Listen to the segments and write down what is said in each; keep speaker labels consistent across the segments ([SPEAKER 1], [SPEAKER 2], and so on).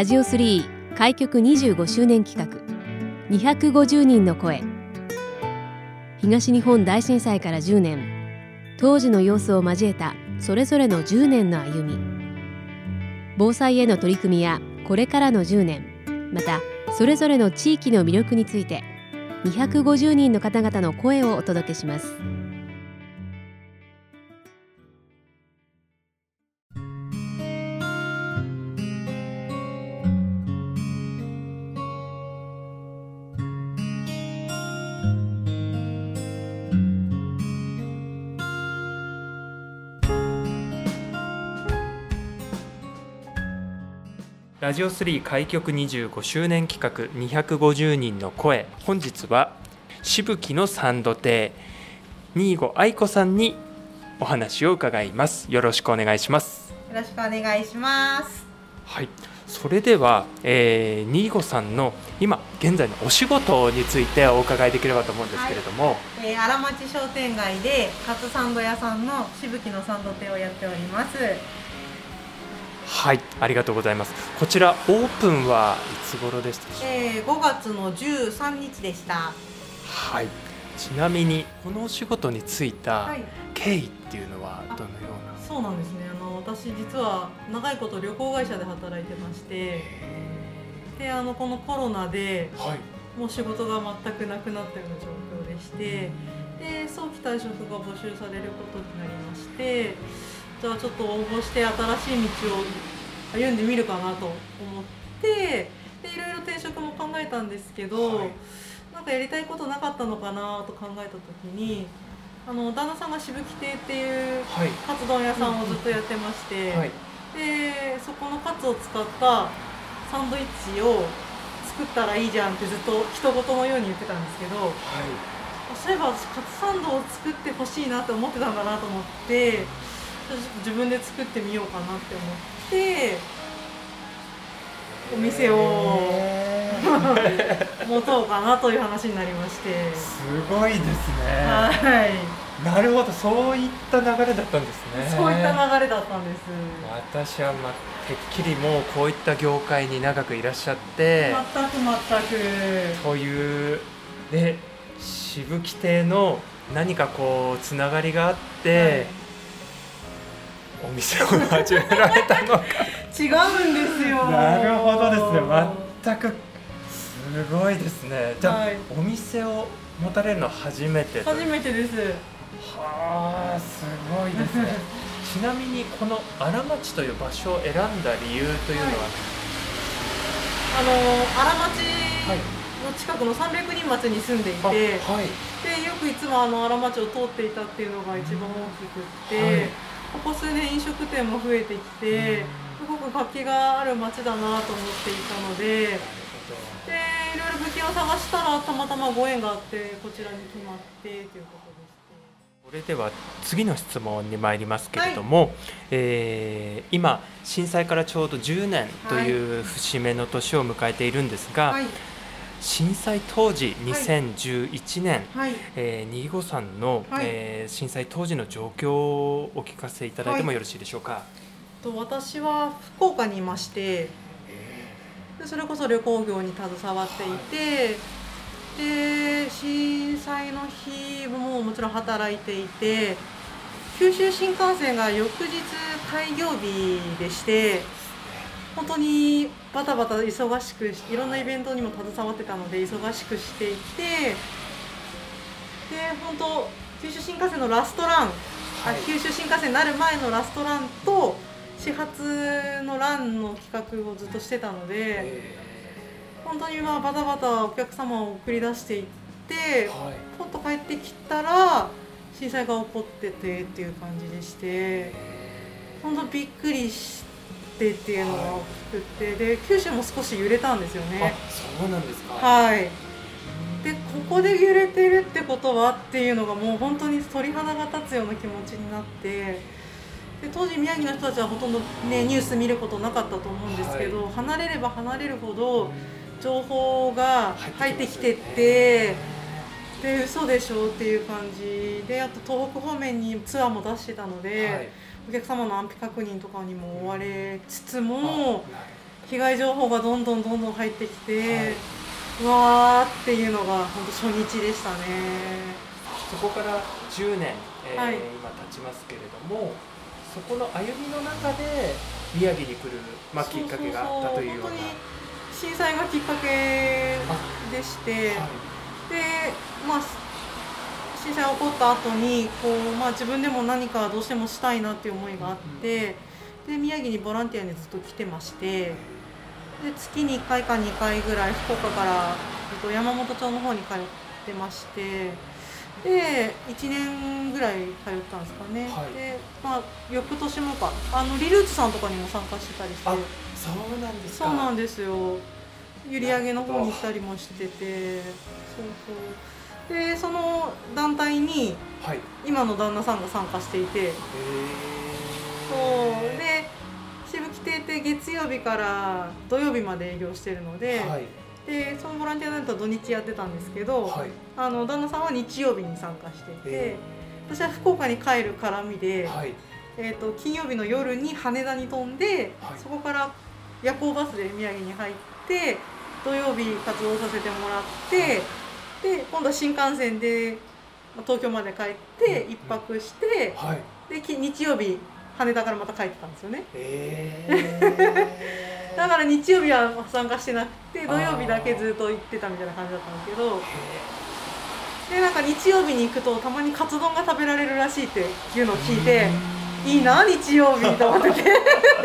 [SPEAKER 1] ラジオ3開局25周年企画250人の声。東日本大震災から10年、当時の様子を交えたそれぞれの10年の歩み、防災への取り組みやこれからの10年、またそれぞれの地域の魅力について250人の方々の声をお届けします。
[SPEAKER 2] ラジオ3開局25周年企画250人の声。本日はしぶきの三度亭新郷愛子さんにお話を伺います。よろしくお願いします。
[SPEAKER 3] よろしくお願いします。
[SPEAKER 2] はい、それでは、新郷さんの今現在のお仕事についてお伺いできればと思うんですけれども、
[SPEAKER 3] 荒町商店街でカツサンド屋さんのしぶきの三度亭をやっております。
[SPEAKER 2] はい、ありがとうございます。こちらオープンはいつ頃でしたでしょうか？
[SPEAKER 3] 5月の13日でした。
[SPEAKER 2] はい、ちなみにこのお仕事に就いた経緯っていうのはどのような？
[SPEAKER 3] そうなんですね。私実は長いこと旅行会社で働いてまして、でこのコロナで、もう仕事が全くなくなったような状況でして、で早期退職が募集されることになりまして、じゃあちょっと応募して新しい道を歩んでみるかなと思って、でいろいろ転職も考えたんですけど、なんかやりたいことなかったのかなと考えた時に、旦那さんがしぶき亭っていうカツ丼屋さんをずっとやってまして、でそこのカツを使ったサンドイッチを作ったらいいじゃんってずっと人事のように言ってたんですけど、そういえば私カツサンドを作ってほしいなって思ってたんだなと思って、自分で作ってみようかなって思ってお店を持とうかなという話になりまして。
[SPEAKER 2] すごいですね。
[SPEAKER 3] はい、
[SPEAKER 2] なるほど、そういった流れだったんですね。
[SPEAKER 3] そういった流れだったんです。
[SPEAKER 2] 私は、てっきりもうこういった業界に長くいらっしゃって、
[SPEAKER 3] 全く
[SPEAKER 2] というでしぶき亭の何かこうつながりがあって、お店を始められたのか
[SPEAKER 3] 違うんですよ。
[SPEAKER 2] なるほどですね。全くすごいですね。じゃあ、お店を持たれるのは初めて？
[SPEAKER 3] 初めてです。
[SPEAKER 2] はあ、すごいですね。ちなみにこの荒町という場所を選んだ理由というのは？
[SPEAKER 3] 荒町の近くの300人町に住んでいて、でよくいつも荒町を通っていたっていうのが一番大きくって、ここ数年飲食店も増えてきて、すごく活気がある町だなと思っていたので、でいろいろ物件を探したらたまたまご縁があってこちらに決まってということでして。
[SPEAKER 2] それでは次の質問に参りますけれども、今震災からちょうど10年という節目の年を迎えているんですが、震災当時2011年、新郷さんの、震災当時の状況をお聞かせいただいてもよろしいでしょうか？
[SPEAKER 3] 私は福岡にいまして、でそれこそ旅行業に携わっていて、で震災の日ももちろん働いていて、九州新幹線が翌日開業日でして、本当にバタバタ忙しくいろんなイベントにも携わってたので忙しくしていて、で本当九州新幹線のラストラン、九州新幹線になる前のラストランと始発のランの企画をずっとしてたので、本当にバタバタお客様を送り出していって、ポッと帰ってきたら震災が起こっててっていう感じでして、本当びっくりしてっていうのが大きくて、で九州も少し揺れたんですよね。
[SPEAKER 2] そうなんですか。
[SPEAKER 3] でここで揺れてるってことはっていうのがもう本当に鳥肌が立つような気持ちになって、で当時宮城の人たちはほとんど、ニュース見ることなかったと思うんですけど、離れれば離れるほど情報が入ってきてって、で嘘でしょっていう感じで、あと東北方面にツアーも出してたので、お客様の安否確認とかにも追われつつも被害情報がどんどん入ってきて、うわーっていうのが本当初日でしたね。
[SPEAKER 2] そこから10年、今経ちますけれども、そこの歩みの中で宮城に来る、きっかけがあったというような。
[SPEAKER 3] 本当に震災がきっかけでして、で、震災が起こった後に自分でも何かどうしてもしたいなっていう思いがあって、で宮城にボランティアにずっと来てまして、で月に1回か2回ぐらい福岡から山本町の方に通ってまして、で1年ぐらい通ったんですかね。で翌年もリルーツさんとかにも参加してたりして。
[SPEAKER 2] そうなんですか。
[SPEAKER 3] そうなんですよ。閖上の方に行ったりもしてて、でその団体に今の旦那さんが参加していて、そうでしぶき亭って月曜日から土曜日まで営業してるので、でそのボランティア団体は土日やってたんですけど、旦那さんは日曜日に参加していて、私は福岡に帰る絡みで、金曜日の夜に羽田に飛んで、そこから夜行バスで宮城に入って土曜日活動させてもらって、で今度は新幹線で東京まで帰って1泊して、で日曜日羽田からまた帰ってたんですよね。だから日曜日は参加してなくて土曜日だけずっと行ってたみたいな感じだったんですけど、でなんか日曜日に行くとたまにカツ丼が食べられるらしいっていうのを聞いて、いいな日曜日と思ってて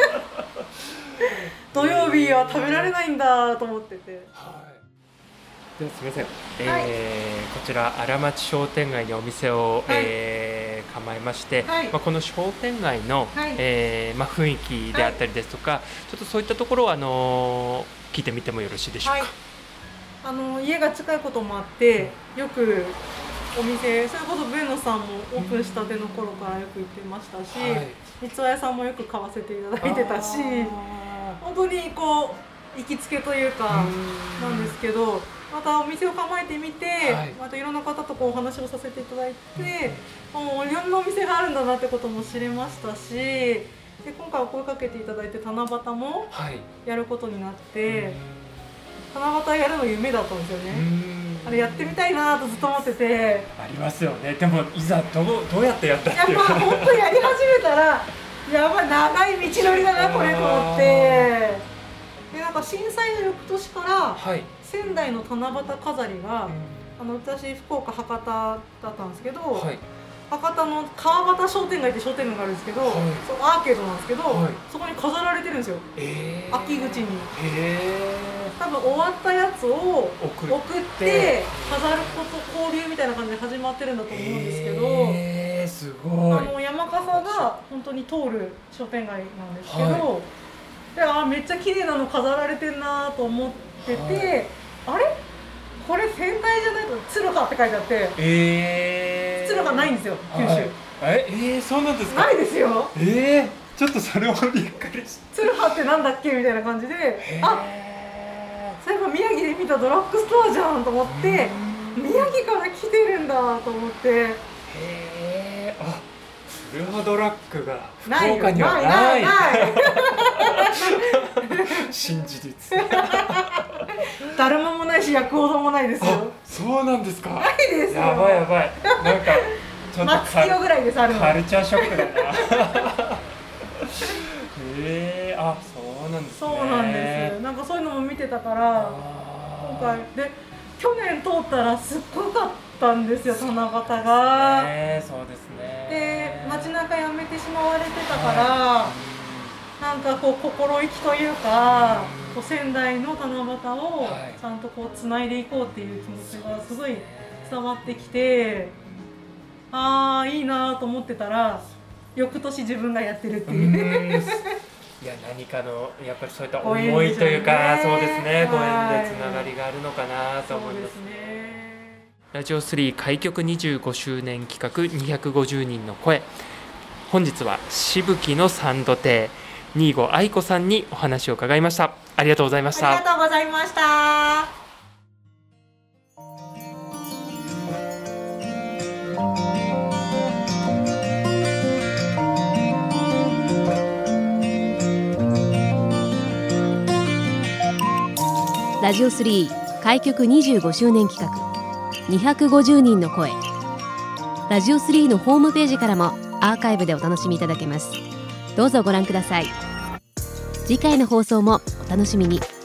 [SPEAKER 3] 土曜日は食べられないんだと思ってて。
[SPEAKER 2] ではすみません、こちら荒町商店街にお店を、構えまして、この商店街の、雰囲気であったりですとか、ちょっとそういったところを聞いてみてもよろしいでしょうか。
[SPEAKER 3] 家が近いこともあってよくお店、それこそブエノさんもオープンしたての頃からよく行ってましたし、三つ葉屋さんもよく買わせていただいてたし、本当に行きつけというかなんですけど、またお店を構えてみて、またいろんな方とお話をさせていただいて、もういろんなお店があるんだなってことも知れましたし、で今回は声かけていただいて七夕もやることになって、七夕やるの夢だったんですよね。あれやってみたいなとずっと思ってて。
[SPEAKER 2] ありますよね。でもいざどうやってやったっていう。
[SPEAKER 3] 本当やり始めたらやばい長い道のりだなこれと思って。でなんか震災の翌年から、仙台の七夕飾りが、私福岡博多だったんですけど、博多の川端商店街って商店街があるんですけど、そのアーケードなんですけど、そこに飾られてるんですよ、秋口に。多分終わったやつを送って飾ること交流みたいな感じで始まってるんだと思うんですけど、
[SPEAKER 2] すごい。
[SPEAKER 3] 山笠が本当に通る商店街なんですけど、でめっちゃ綺麗なの飾られてるなと思ってて、あれこれ仙台じゃないと鶴葉って書いてあって、鶴葉ないんですよ九州。
[SPEAKER 2] そうなんですか。
[SPEAKER 3] ないですよ。
[SPEAKER 2] ちょっとそれをびっくりして。
[SPEAKER 3] 鶴葉ってなんだっけみたいな感じで、そういえば宮城で見たドラッグストアじゃんと思って、宮城から来てるんだと思って。
[SPEAKER 2] 鶴葉ドラッグが福岡にはない。新事実。
[SPEAKER 3] だるまもないし薬王堂もないですよ。
[SPEAKER 2] そうなんですか。
[SPEAKER 3] ないですよ。
[SPEAKER 2] やばい。なんかちょっと
[SPEAKER 3] 松清ぐらいです。あるの。
[SPEAKER 2] カルチャーショックだな。そうなんですね。
[SPEAKER 3] そうなんです。なんかそういうのも見てたから今回で去年通ったらすっごかったんですよ七夕が。
[SPEAKER 2] そうですね。
[SPEAKER 3] で街中やめてしまわれてたから、なんか心意気というか、仙台の七夕をちゃんとつないでいこうっていう気持ちがすごい伝わってきて、いいなと思ってたら翌年自分がやってるっていう。
[SPEAKER 2] いや何かのやっぱりそういった思いというか、そうですね、ご縁でつながりがあるのかなと思いますね。ラジオ3開局25周年企画250人の声、本日はしぶきの三度亭新郷愛子さんにお話を伺いました。ありがとうございました。
[SPEAKER 3] ありがとうございました。
[SPEAKER 1] ラジオ3開局25周年企画250人の声。ラジオ3のホームページからもアーカイブでお楽しみいただけます。どうぞご覧ください。次回の放送もお楽しみに。